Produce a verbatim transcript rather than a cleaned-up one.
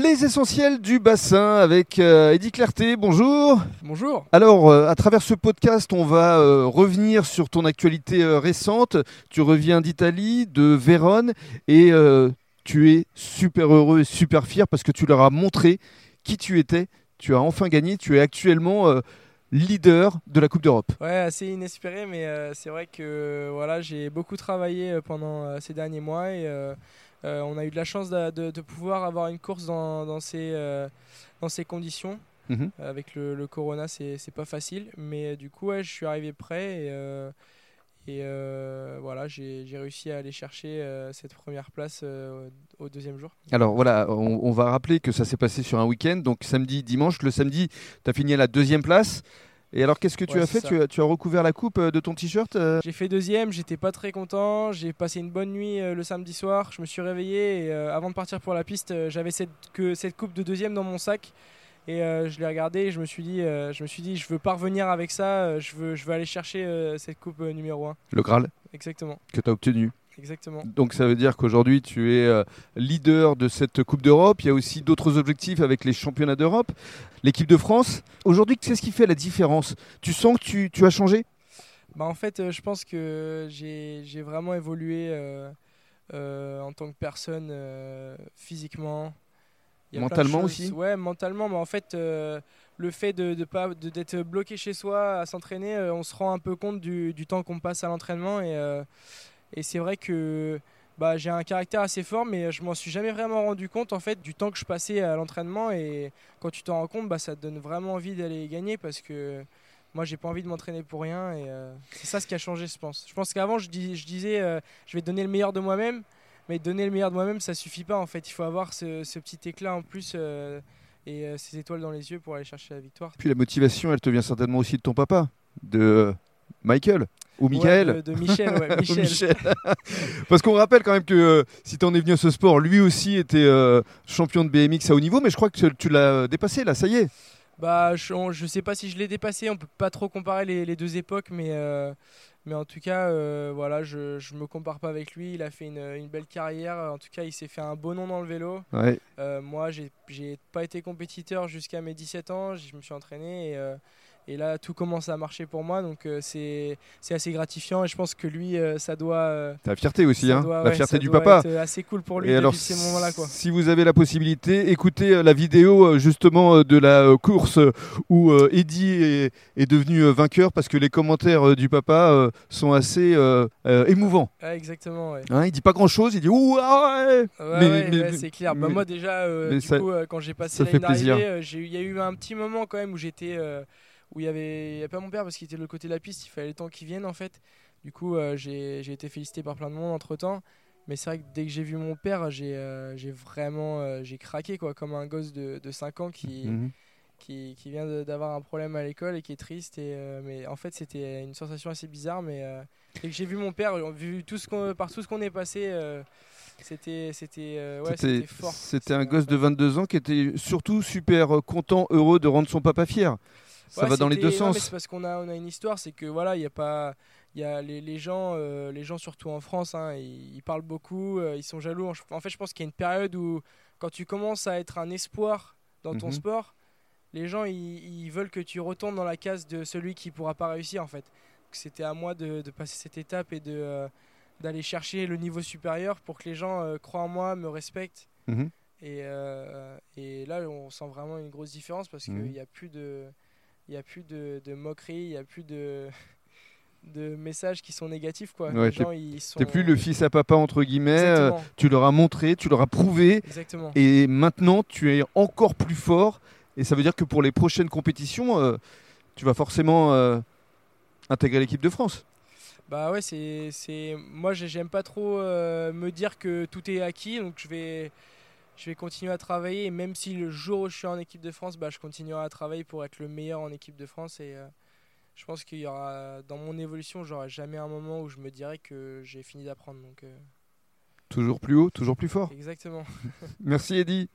Les essentiels du bassin avec euh, Eddy Clerté, bonjour. Bonjour. Alors, euh, à travers ce podcast, on va euh, revenir sur ton actualité euh, récente. Tu reviens d'Italie, de Vérone, et euh, tu es super heureux et super fier parce que tu leur as montré qui tu étais. Tu as enfin gagné, tu es actuellement euh, leader de la Coupe d'Europe. Ouais, assez inespéré, mais euh, c'est vrai que euh, voilà, j'ai beaucoup travaillé euh, pendant euh, ces derniers mois et euh, euh, on a eu de la chance de, de- de pouvoir avoir une course dans, dans ces, euh, dans ces conditions. Mhm. Avec le, le Corona, c'est c'est pas facile, mais euh, du coup, ouais, je suis arrivé prêt et, euh, et euh, voilà, j'ai j'ai réussi à aller chercher euh, cette première place euh, au au deuxième jour. Alors voilà, on, on va rappeler que ça s'est passé sur un week-end, donc samedi, dimanche. Le samedi, tu as fini à la deuxième place. Et alors, qu'est-ce que tu Ouais, as c'est fait ça. tu as, tu as recouvert la coupe euh, de ton t-shirt euh J'ai fait deuxième, j'étais pas très content. J'ai passé une bonne nuit euh, le samedi soir. Je me suis réveillé et euh, avant de partir pour la piste, euh, j'avais cette, que cette coupe de deuxième dans mon sac. Et euh, je l'ai regardée et je me suis dit, euh, je me suis dit, je veux pas revenir avec ça. euh, je veux, je veux aller chercher euh, cette coupe euh, numéro un. Le Graal Exactement, que tu as obtenu. exactement. Donc ça veut dire qu'aujourd'hui, tu es euh, leader de cette Coupe d'Europe. Il y a aussi d'autres objectifs avec les championnats d'Europe. L'équipe de France. Aujourd'hui, qu'est-ce qui fait la différence? Tu sens que tu, tu as changé? Bah en fait, euh, je pense que j'ai, j'ai vraiment évolué euh, euh, en tant que personne euh, physiquement. Il y a plein de Mentalement choses. aussi? Ouais, mentalement, mais en fait, euh, le fait de, de pas de- d'être bloqué chez soi à s'entraîner, euh, on se rend un peu compte du, du temps qu'on passe à l'entraînement. Et, euh, et c'est vrai que bah, j'ai un caractère assez fort, mais je m'en suis jamais vraiment rendu compte en fait du temps que je passais à l'entraînement. Et quand tu t'en rends compte, bah, ça te donne vraiment envie d'aller gagner parce que moi, j'ai pas envie de m'entraîner pour rien. Et euh, c'est ça ce qui a changé, je pense. Je pense qu'avant, je, dis- je disais, euh, je vais donner le meilleur de moi-même. Mais donner le meilleur de moi-même, ça suffit pas en fait. Il faut avoir ce, ce petit éclat en plus euh, et euh, ces étoiles dans les yeux pour aller chercher la victoire. Puis la motivation, elle te vient certainement aussi de ton papa, de euh, Michael ou Ouais, Michael. de, de Michel, ouais, Ou Michel. Michel. Parce qu'on rappelle quand même que euh, si tu en es venu à ce sport, lui aussi était euh, champion de B M X à haut niveau, mais je crois que tu tu l'as dépassé là, ça y est. Bah, je, on- je sais pas si je l'ai dépassé. On peut pas trop comparer les, les deux époques, mais euh, mais en tout cas, euh, voilà, je je me compare pas avec lui. Il a fait une, une belle carrière. En tout cas, il s'est fait un beau nom dans le vélo. Ouais. Euh, moi, j'ai j'ai pas été compétiteur jusqu'à mes dix-sept ans. Je me suis entraîné et, euh, et là, tout commence à marcher pour moi. Donc, euh, c'est c'est assez gratifiant. Et je pense que lui, euh, ça doit, euh, T'as la fierté aussi, ça hein, doit, la ouais, fierté ça du doit papa. être assez cool pour lui Et de alors, vivre ces moments-là, quoi. si vous avez la possibilité, écoutez euh, la vidéo euh, justement euh, de la euh, course euh, où euh, Eddy est, est devenu euh, vainqueur parce que les commentaires euh, du papa euh, sont assez euh, euh, émouvants. Ah, exactement, ouais. Hein, il dit pas grand-chose, il dit ouh ah ouais. Ouais, Mais, ouais, mais, ouais, mais- c'est clair. Bah, mais- moi, déjà, euh, mais du ça, coup, euh, quand j'ai passé ça la fait ligne plaisir. d'arrivée, euh, j'ai eu- il y a eu un petit moment quand même où j'étais, euh, où il y avait, il y avait pas mon père parce qu'il était de l'autre côté de la piste. Il fallait le temps qu'il vienne en fait. Du coup, euh, j'ai, j'ai été félicité par plein de monde entre temps. Mais c'est vrai que dès que j'ai vu mon père, j'ai, euh, j'ai vraiment, euh, j'ai craqué quoi, comme un gosse de, de cinq ans qui, Mhm. qui, qui vient de- d'avoir un problème à l'école et qui est triste. Et, euh, mais en fait, c'était une sensation assez bizarre. Mais euh, dès que j'ai vu mon père, vu tout ce qu'on, par tout ce qu'on est passé. euh, c'était, c'était, euh, ouais, C'était, c'était fort. c'était un C'était gosse de incroyable. vingt-deux ans qui était surtout super euh, content, heureux de rendre son papa fier. Ça Ouais, va dans les deux c'était, non, mais c'est sens. parce qu'on a, on a une histoire, c'est que voilà, il y a pas, il y a les, les gens, euh, les gens surtout en France, hein, ils, ils parlent beaucoup, euh, ils sont jaloux. En en fait, je pense qu'il y a une période où, quand tu commences à être un espoir dans ton Mhm. sport, les gens ils, ils veulent que tu retournes dans la case de celui qui pourra pas réussir en fait. Donc, c'était à moi de, de passer cette étape et de euh, d'aller chercher le niveau supérieur pour que les gens euh, croient en moi, me respectent. Mhm. Et, euh, et là, on sent vraiment une grosse différence parce qu'il Mhm. n'y a plus de, il y a plus de, de moquerie, il n'y a plus de, de messages qui sont négatifs, quoi. Ouais, Les t'es, gens, ils t'es plus le sont... fils à papa entre guillemets. euh, Exactement, tu leur as montré, tu leur as prouvé, exactement. et maintenant tu es encore plus fort. Et ça veut dire que pour les prochaines compétitions, euh, tu vas forcément euh, intégrer l'équipe de France. Bah ouais, c'est, c'est... Moi, j'ai- j'aime pas trop euh, me dire que tout est acquis, donc je vais, je vais continuer à travailler. Et même si le jour où je suis en équipe de France, bah, je continuerai à travailler pour être le meilleur en équipe de France. Et euh, je pense qu'il y aura, dans mon évolution, j'aurai jamais un moment où je me dirai que j'ai fini d'apprendre. Donc, euh, Toujours plus haut, toujours plus fort. exactement. Merci Eddy.